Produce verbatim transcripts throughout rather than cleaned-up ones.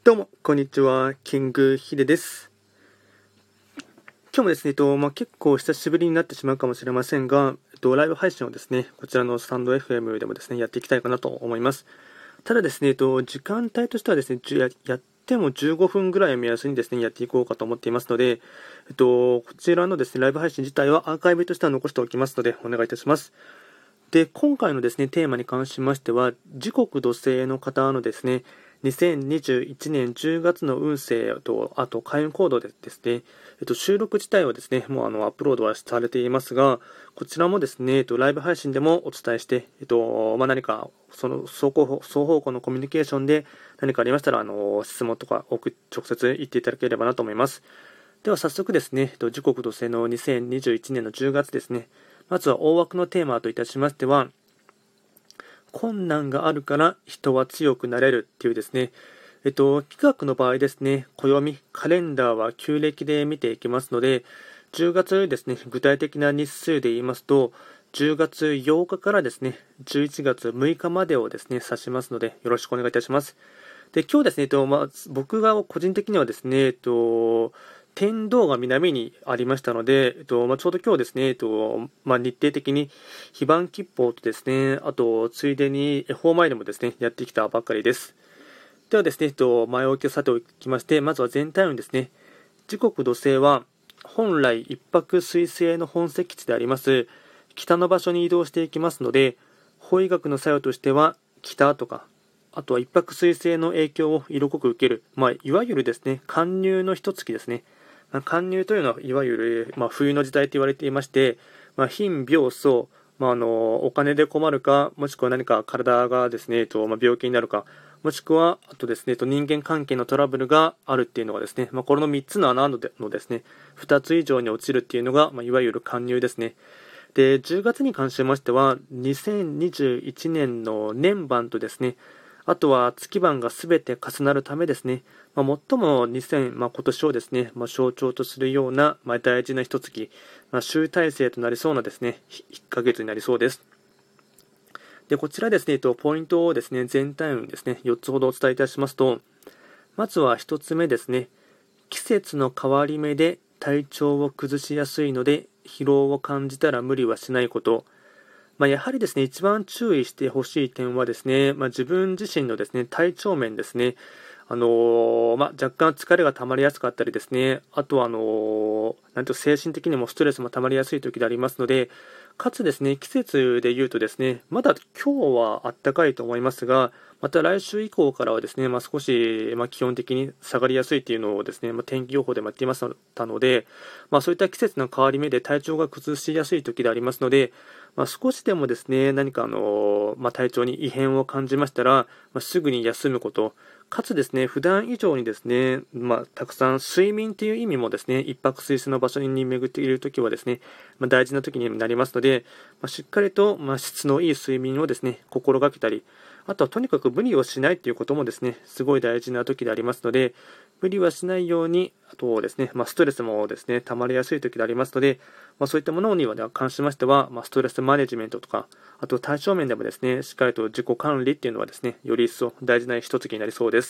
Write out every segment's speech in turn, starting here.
どうも、こんにちは。キングヒデです。今日もですね、えっとまあ、結構久しぶりになってしまうかもしれませんが、えっと、ライブ配信をですね、こちらのスタンド エフエム でもですね、やっていきたいかなと思います。ただですね、えっと、時間帯としてはですね、じゅややってもじゅうごふんぐらいを目安にですね、やっていこうかと思っていますので、えっと、こちらのですね、ライブ配信自体はアーカイブとしては残しておきますので、お願いいたします。で、今回のですね、テーマに関しましては、時刻土星の方のですね、にせんにじゅういちねんじゅうがつの運勢と、あと開運行動でですね、えっと、収録自体はですね、もうあのアップロードはされていますが、こちらもですね、えっと、ライブ配信でもお伝えして、えっと、まあ、何か、その双方双方向のコミュニケーションで何かありましたら、あの、質問とか直接言っていただければなと思います。では早速ですね、時刻土星のにせんにじゅういちねんのじゅうがつですね、まずは大枠のテーマといたしましては、困難があるから人は強くなれるっていうですね、えっと、企画の場合ですね、暦、カレンダーは旧暦で見ていきますので、じゅうがつですね、具体的な日数で言いますと、じゅうがつようかからですね、じゅういちがつむいかまでをですね、指しますので、よろしくお願いいたします。で、今日ですね、えっと、まあ、僕が個人的にはですね、えっと、天童が南にありましたので、えっとまあ、ちょうど今日ですね、えっとまあ、日程的に非番吉報とですね、あとついでに恵方参りもですね、やってきたばっかりです。ではですね、えっと、前置きをさておきまして、まずは全体運ですね。時刻土星は、本来一泊水星の本石地であります、北の場所に移動していきますので、法医学の作用としては、北とか、あとは一泊水星の影響を色濃く受ける、まあ、いわゆるですね、寒入の一月ですね。まあ、寒入というのは、いわゆる、まあ、冬の時代と言われていまして、まあ、貧病相、まあ、あのお金で困るか、もしくは何か体がですね、とまあ、病気になるか、もしくは、あとですね、と人間関係のトラブルがあるっていうのがですね、まあ、これのみっつの穴のですね、ふたつ以上に落ちるっていうのが、まあ、いわゆる寒入ですね。で、じゅうがつに関しましては、にせんにじゅういちねんの年番とですね、あとは月番がすべて重なるためですね、まあ、最もにせん、まあ、今年をですね、まあ、象徴とするような、まあ、大事な一月、まあ、集大成となりそうなですね、いっかげつになりそうです。で、こちらですね、ポイントをですね、全体運ですね、よっつほどお伝えいたしますと、まずはひとつめですね、季節の変わり目で体調を崩しやすいので、疲労を感じたら無理はしないこと。まあ、やはりですね、一番注意してほしい点はですね、まあ、自分自身のですね、体調面ですね。あのー、まあ、若干疲れが溜まりやすかったりですね、あとはあのー、なんと精神的にもストレスも溜まりやすい時でありますので、かつですね、季節で言うとですね、まだ今日は暖かいと思いますが、また来週以降からはですね、まあ、少し、まあ、基本的に下がりやすいというのをですね、まあ、天気予報でもやっていましたので、まあ、そういった季節の変わり目で体調が崩しやすい時でありますので、まあ、少しでもですね、何かあの、まあ、体調に異変を感じましたら、まあ、すぐに休むこと、かつですね、普段以上にですね、まあ、たくさん睡眠という意味もですね、一泊水星の場所に巡っているときはですね、まあ、大事なときになりますので、まあ、しっかりと、まあ、質のいい睡眠をですね、心がけたり、あとはとにかく無理をしないということもですね、すごい大事な時でありますので、無理はしないように、あとですね、まあ、ストレスもですね、溜まりやすい時でありますので、まあ、そういったものには関しましては、まあ、ストレスマネジメントとか、あと対象面でもですね、しっかりと自己管理っていうのはですね、より一層大事な一月になりそうです。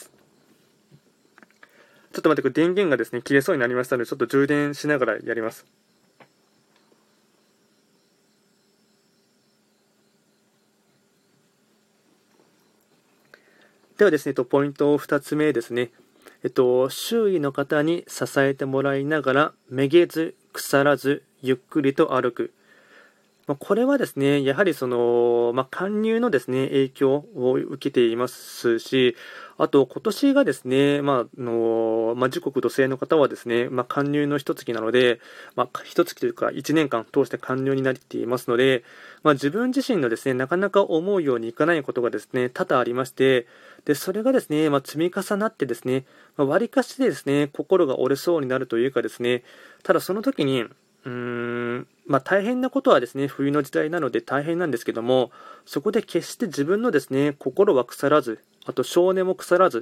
ちょっと待って、これ電源がですね、切れそうになりましたので、ちょっと充電しながらやります。ではですね、ポイントふたつめですね。えっと、周囲の方に支えてもらいながら、めげず、腐らず、ゆっくりと歩く。まあ、これはですね、やはりその、まあ、勧誘のですね、影響を受けていますし、あと、今年がですね、まあ、の、まあ、時刻土星の方はですね、まあ、勧誘の一月なので、まあ、一月というか、一年間通して勧誘になっていますので、まあ、自分自身のですね、なかなか思うようにいかないことがですね、多々ありまして、で、それがですね、まあ、積み重なってですね、まあ、割かしでですね、心が折れそうになるというかですね、ただその時に、うーんまあ、大変なことはですね、冬の時代なので大変なんですけども、そこで決して自分のですね、心は腐らず、あと少年も腐らず、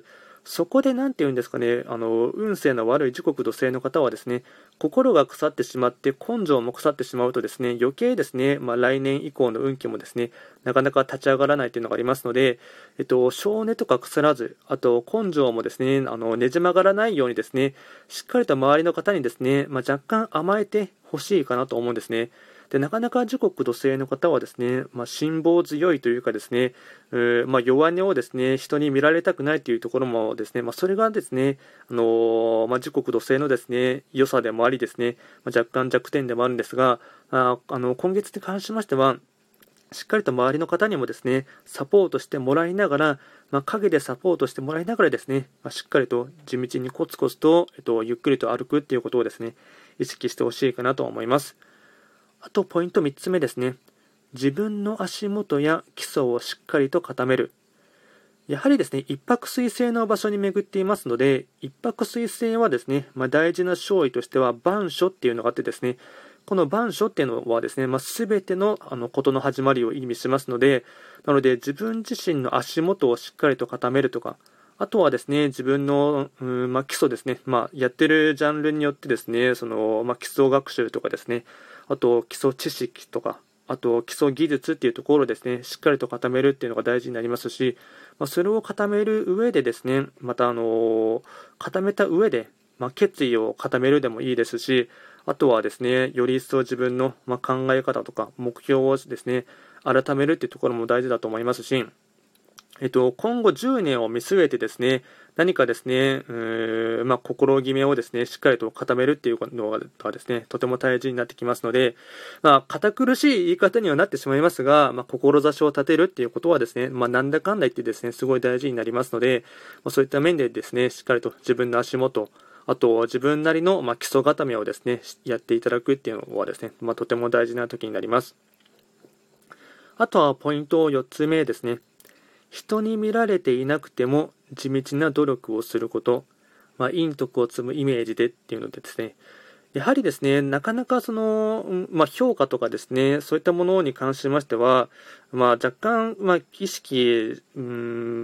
そこで何て言うんですかね、あの運勢の悪い時刻土星の方はですね、心が腐ってしまって根性も腐ってしまうとですね、余計ですね、まあ、来年以降の運気もですね、なかなか立ち上がらないというのがありますので、えっと、性根とか腐らず、あと根性もですね、あのねじ曲がらないようにですね、しっかりと周りの方にですね、まあ、若干甘えてほしいかなと思うんですね。でなかなか時刻土星の方はですね、まあ、辛抱強いというかですね、えーまあ、弱音をですね人に見られたくないというところもですね、まあ、それがですね、あのーまあ、時刻土星のですね良さでもありですね、まあ、若干弱点でもあるんですが、ああの今月に関しましてはしっかりと周りの方にもですねサポートしてもらいながら、まあ、陰でサポートしてもらいながらですね、まあ、しっかりと地道にコツコツと、えっと、ゆっくりと歩くっていうことをですね意識してほしいかなと思います。あとポイントみっつめですね。自分の足元や基礎をしっかりと固める。やはりですね、一泊水星の場所に巡っていますので、一泊水星はですね、まあ、大事な勝利としては万所っていうのがあってですね、この万所っていうのはですね、まあ、全てのあのことの始まりを意味しますので、なので自分自身の足元をしっかりと固めるとか、あとはですね、自分の、うんまあ、基礎ですね、まあ、やってるジャンルによってですね、そのまあ、基礎学習とかですね、あと基礎知識とか、あと基礎技術っていうところをですね、しっかりと固めるっていうのが大事になりますし、まあ、それを固める上でですね、またあの固めた上で、まあ、決意を固めるでもいいですし、あとはですね、より一層自分の、まあ、考え方とか目標をですね、改めるっていうところも大事だと思いますし、えっと、今後じゅうねんを見据えてですね、何かですね、うーまあ、心決めをですね、しっかりと固めるっていうのがですね、とても大事になってきますので、まあ、堅苦しい言い方にはなってしまいますが、まあ、志を立てるっていうことはですね、まあ、なんだかんだ言ってですね、すごい大事になりますので、まあ、そういった面でですね、しっかりと自分の足元、あと自分なりの、まあ、基礎固めをですね、やっていただくっていうのはですね、まあ、とても大事な時になります。あとはポイントよっつめですね。人に見られていなくても地道な努力をすること、まあ、陰徳を積むイメージでっていうのでですね、やはりですね、なかなかその、まあ、評価とかですね、そういったものに関しましては、まあ、若干、まあ、意識、うん、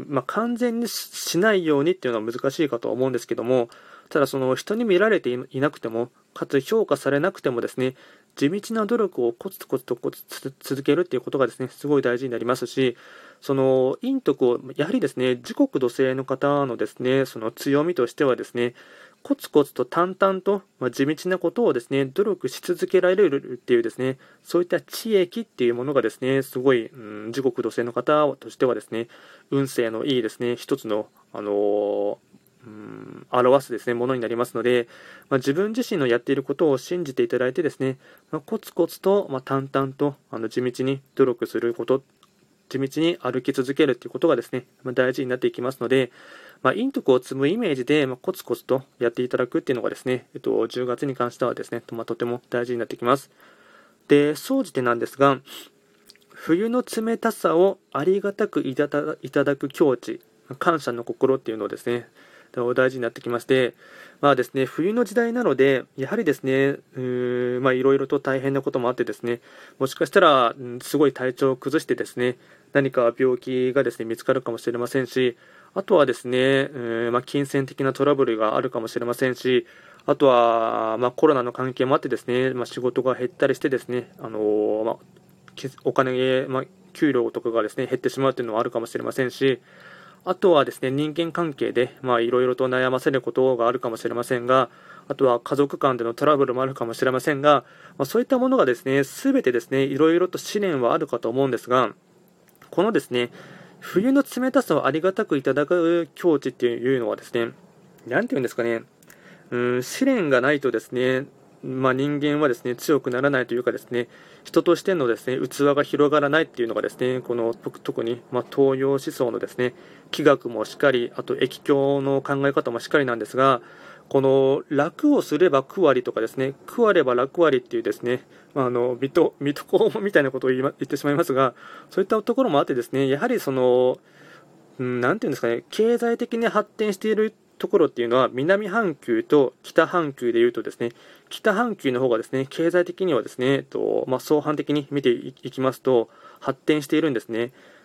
まあ、完全にしないようにっていうのは難しいかと思うんですけども、ただその人に見られていなくても、かつ評価されなくてもですね、地道な努力をコツコツとコツ続けるっていうことがですね、すごい大事になりますし、その陰徳を、やはりですね、時刻土星の方のですね、その強みとしてはですね、コツコツと淡々と、まあ、地道なことをですね、努力し続けられるっていうですね、そういった知益っていうものがですね、すごい、うん、時刻土星の方としてはですね、運勢のいいですね、一つの、あのーうん表すですね、ものになりますので、まあ、自分自身のやっていることを信じていただいてですね、まあ、コツコツと、まあ、淡々とあの地道に努力すること、地道に歩き続けるということがですね、まあ、大事になっていきますので、まあ、陰徳を積むイメージで、まあ、コツコツとやっていただくっていうのがですね、えっと、じゅうがつに関してはですね、まあ、とても大事になってきます。で、総じてなんですが、冬の冷たさをありがたくいただいただく境地、感謝の心っていうのをですね、大事になってきまして、まあですね、冬の時代なので、やはりですね、うーまあいろいろと大変なこともあってですね、もしかしたら、うん、すごい体調を崩してですね、何か病気がですね、見つかるかもしれませんし、あとはですね、うーまあ、金銭的なトラブルがあるかもしれませんし、あとは、まあ、コロナの関係もあってですね、まあ、仕事が減ったりしてですね、あのー、まあ、お金、まあ、給料とかがですね、減ってしまうというのはあるかもしれませんし、あとはですね、人間関係で、まあ、いろいろと悩ませることがあるかもしれませんが、あとは家族間でのトラブルもあるかもしれませんが、まあ、そういったものがですね、すべてですね、いろいろと試練はあるかと思うんですが、このですね、冬の冷たさをありがたくいただく境地っていうのはですね、なんていうんですかね、うん、試練がないとですね、まあ、人間はですね強くならないというかですね、人としてのですね器が広がらないっていうのがですね、この特に、まあ、東洋思想のですね気学もしっかり、あと易経の考え方もしっかりなんですが、この楽をすれば苦割とかですね、苦われば楽割っていうですね、まあ、あの水戸水戸黄門みたいなことを言い、ま、言ってしまいますが、そういったところもあってですね、やはりその、うん、なんていうんですかね、経済的に発展しているところっていうのは南半球と北半球でいうとですね、北半球の方がですね、経済的にはですね、えっとまあ、相反的に見ていきますと発展しているんですね。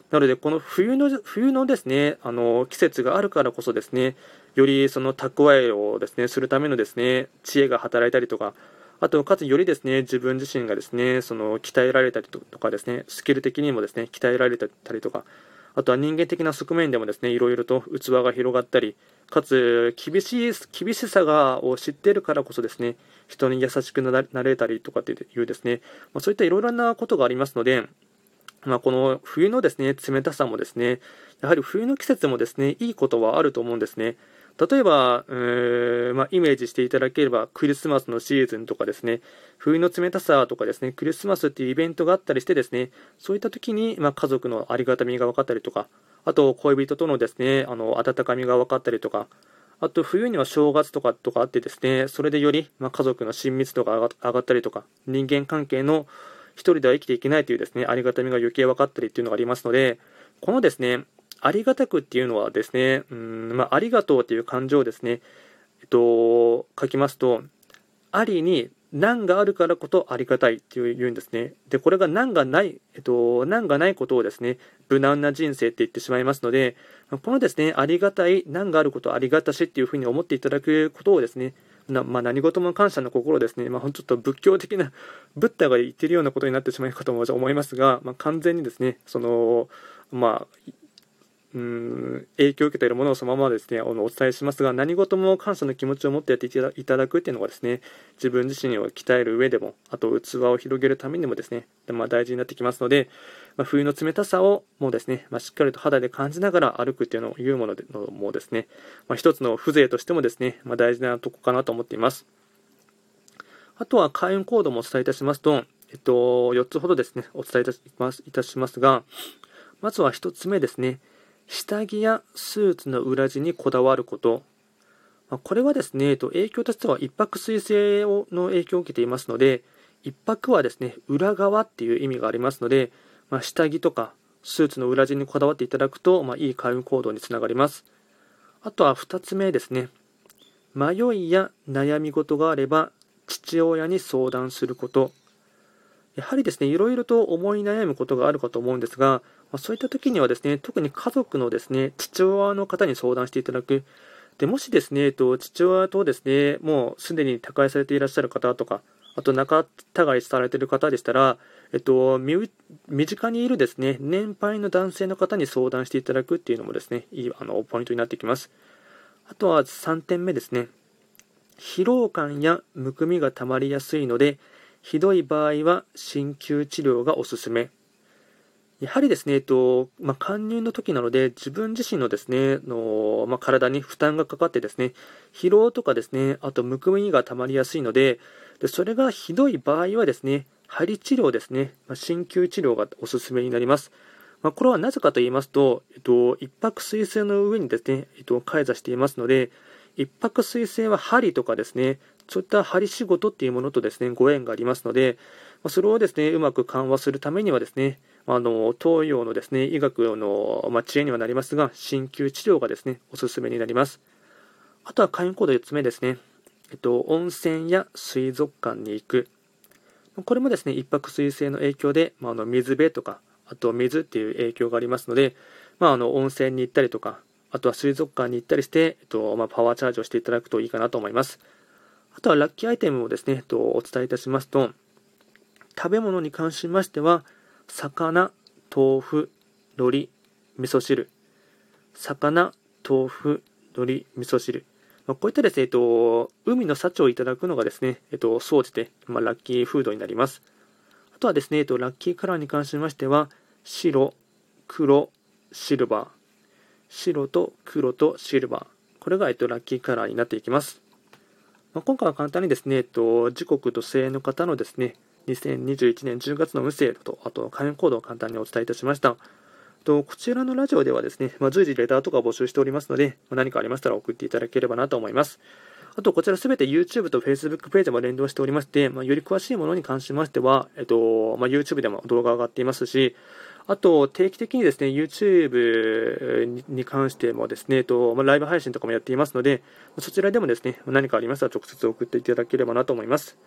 なので、この冬の冬のですね、あの季節があるからこそですね、よりその蓄えをですねするためのですね知恵が働いたりとか、あとかつよりですね自分自身がですねその鍛えられたりとかですね、スキル的にもですね鍛えられたりとか、あとは人間的な側面でもですねいろいろと器が広がったり、かつ厳しい厳しさがを知っているからこそですね人に優しくなれたりとかっていうですね、まあ、そういったいろいろなことがありますので、まあ、この冬のですね冷たさもですね、やはり冬の季節もですねいいことはあると思うんですね。例えば、えーまあ、イメージしていただければクリスマスのシーズンとかですね、冬の冷たさとかですね、クリスマスっていうイベントがあったりしてですね、そういった時に、まあ、家族のありがたみが分かったりとか、あと恋人とのですねあの温かみが分かったりとか、あと冬には正月とかとかあってですね、それでより、まあ、家族の親密度が上が上がったりとか、人間関係の一人では生きていけないというですねありがたみが余計分かったりっていうのがありますので、このですねありがたくっていうのはですね、うん、まあ、ありがとうという感情をですね、えっと、書きますと、ありに難があるからこそありがたいっていうんですね。で、これが難がない、えっと、難がないことをですね、無難な人生って言ってしまいますので、このですね、ありがたい、難があること、ありがたしっていうふうに思っていただくことをですね、なまあ、何事も感謝の心ですね、まあ、ちょっと仏教的な、ブッダが言っているようなことになってしまうかと思いますが、まあ、完全にですね、その、まあ、うーん影響を受けているものをそのままですねあのお伝えしますが、何事も感謝の気持ちを持ってやっていただくっていうのがですね自分自身を鍛える上でも、あと器を広げるためにもですね、まあ、大事になってきますので、まあ、冬の冷たさをもうですね、まあ、しっかりと肌で感じながら歩くっていうのをいうものでのもですね、まあ、一つの風情としてもですね、まあ、大事なとこかなと思っています。あとは開運行動もお伝えいたしますと、えっと、よっつほどですねお伝えいたしますいたしますが、まずはひとつめですね、下着やスーツの裏地にこだわること。これはですね、影響としては一泊水星の影響を受けていますので、一泊はですね、裏側っていう意味がありますので、まあ、下着とかスーツの裏地にこだわっていただくと、まあ、いい開運行動につながります。あとはふたつめですね、迷いや悩み事があれば父親に相談すること。やはりですね、いろいろと思い悩むことがあるかと思うんですが、そういった時にはですね、特に家族のですね、父親の方に相談していただく。でもしですね、えっと、父親とですね、もうすでに他界されていらっしゃる方とか、あと仲違いされている方でしたら、えっと、身身近にいるですね、年配の男性の方に相談していただくっていうのもですね、いいあのポイントになってきます。あとはさんてんめですね、疲労感やむくみがたまりやすいので、ひどい場合は鍼灸治療がおすすめ。やはりですね、えっとまあ、貫入の時なので、自分自身のですねの、まあ、体に負担がかかってですね、疲労とかですね、あとむくみがたまりやすいので、でそれがひどい場合はですね、針治療ですね、まあ、鍼灸治療がおすすめになります。まあ、これはなぜかと言いますと、えっと、一泊水星の上にですね、えっと、開座していますので、一泊水星は針とかですね、そういった針仕事っていうものとですね、ご縁がありますので、それをですね、うまく緩和するためにはですね、あの東洋のですね、医学の、まあ、知恵にはなりますが、鍼灸治療がですね、おすすめになります。あとは開運行動よっつめですね、えっと、温泉や水族館に行く。これもですね、一泊水星の影響で、まあ、あの水辺とか、あと水っていう影響がありますので、まあ、あの温泉に行ったりとか、あとは水族館に行ったりして、えっとまあ、パワーチャージをしていただくといいかなと思います。あとはラッキーアイテムをですね、えっと、お伝えいたしますと、食べ物に関しましては、魚、豆腐、海苔、味噌汁。魚、豆腐、海苔、味噌汁。まあ、こういったですね、えっと、海の幸をいただくのがですね、えっと、総じて、まあ、ラッキーフードになります。あとはですね、えっと、ラッキーカラーに関しましては、白、黒、シルバー。白と黒とシルバー。これが、えっと、ラッキーカラーになっていきます。まあ、今回は簡単にですね、えっと、時刻と星の方のですね、にせんにじゅういちねんじゅうがつの運勢と、あと開運行動を簡単にお伝えいたしました。とこちらのラジオではですね、まあ、随時レターとか募集しておりますので、まあ、何かありましたら送っていただければなと思います。あと、こちらすべて YouTube と Facebook ページも連動しておりまして、まあ、より詳しいものに関しましては、えっとまあ、YouTube でも動画が上がっていますし、あと、定期的にですね、YouTube に関してもですね、えっとまあ、ライブ配信とかもやっていますので、そちらでもですね、何かありましたら直接送っていただければなと思います。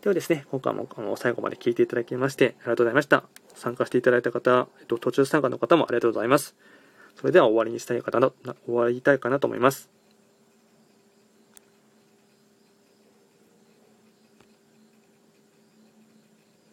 ではですね、今回もあの最後まで聞いていただきましてありがとうございました。参加していただいた方、えっと、途中参加の方もありがとうございます。それでは終わりにしたいかな、終わりたいかなと思います。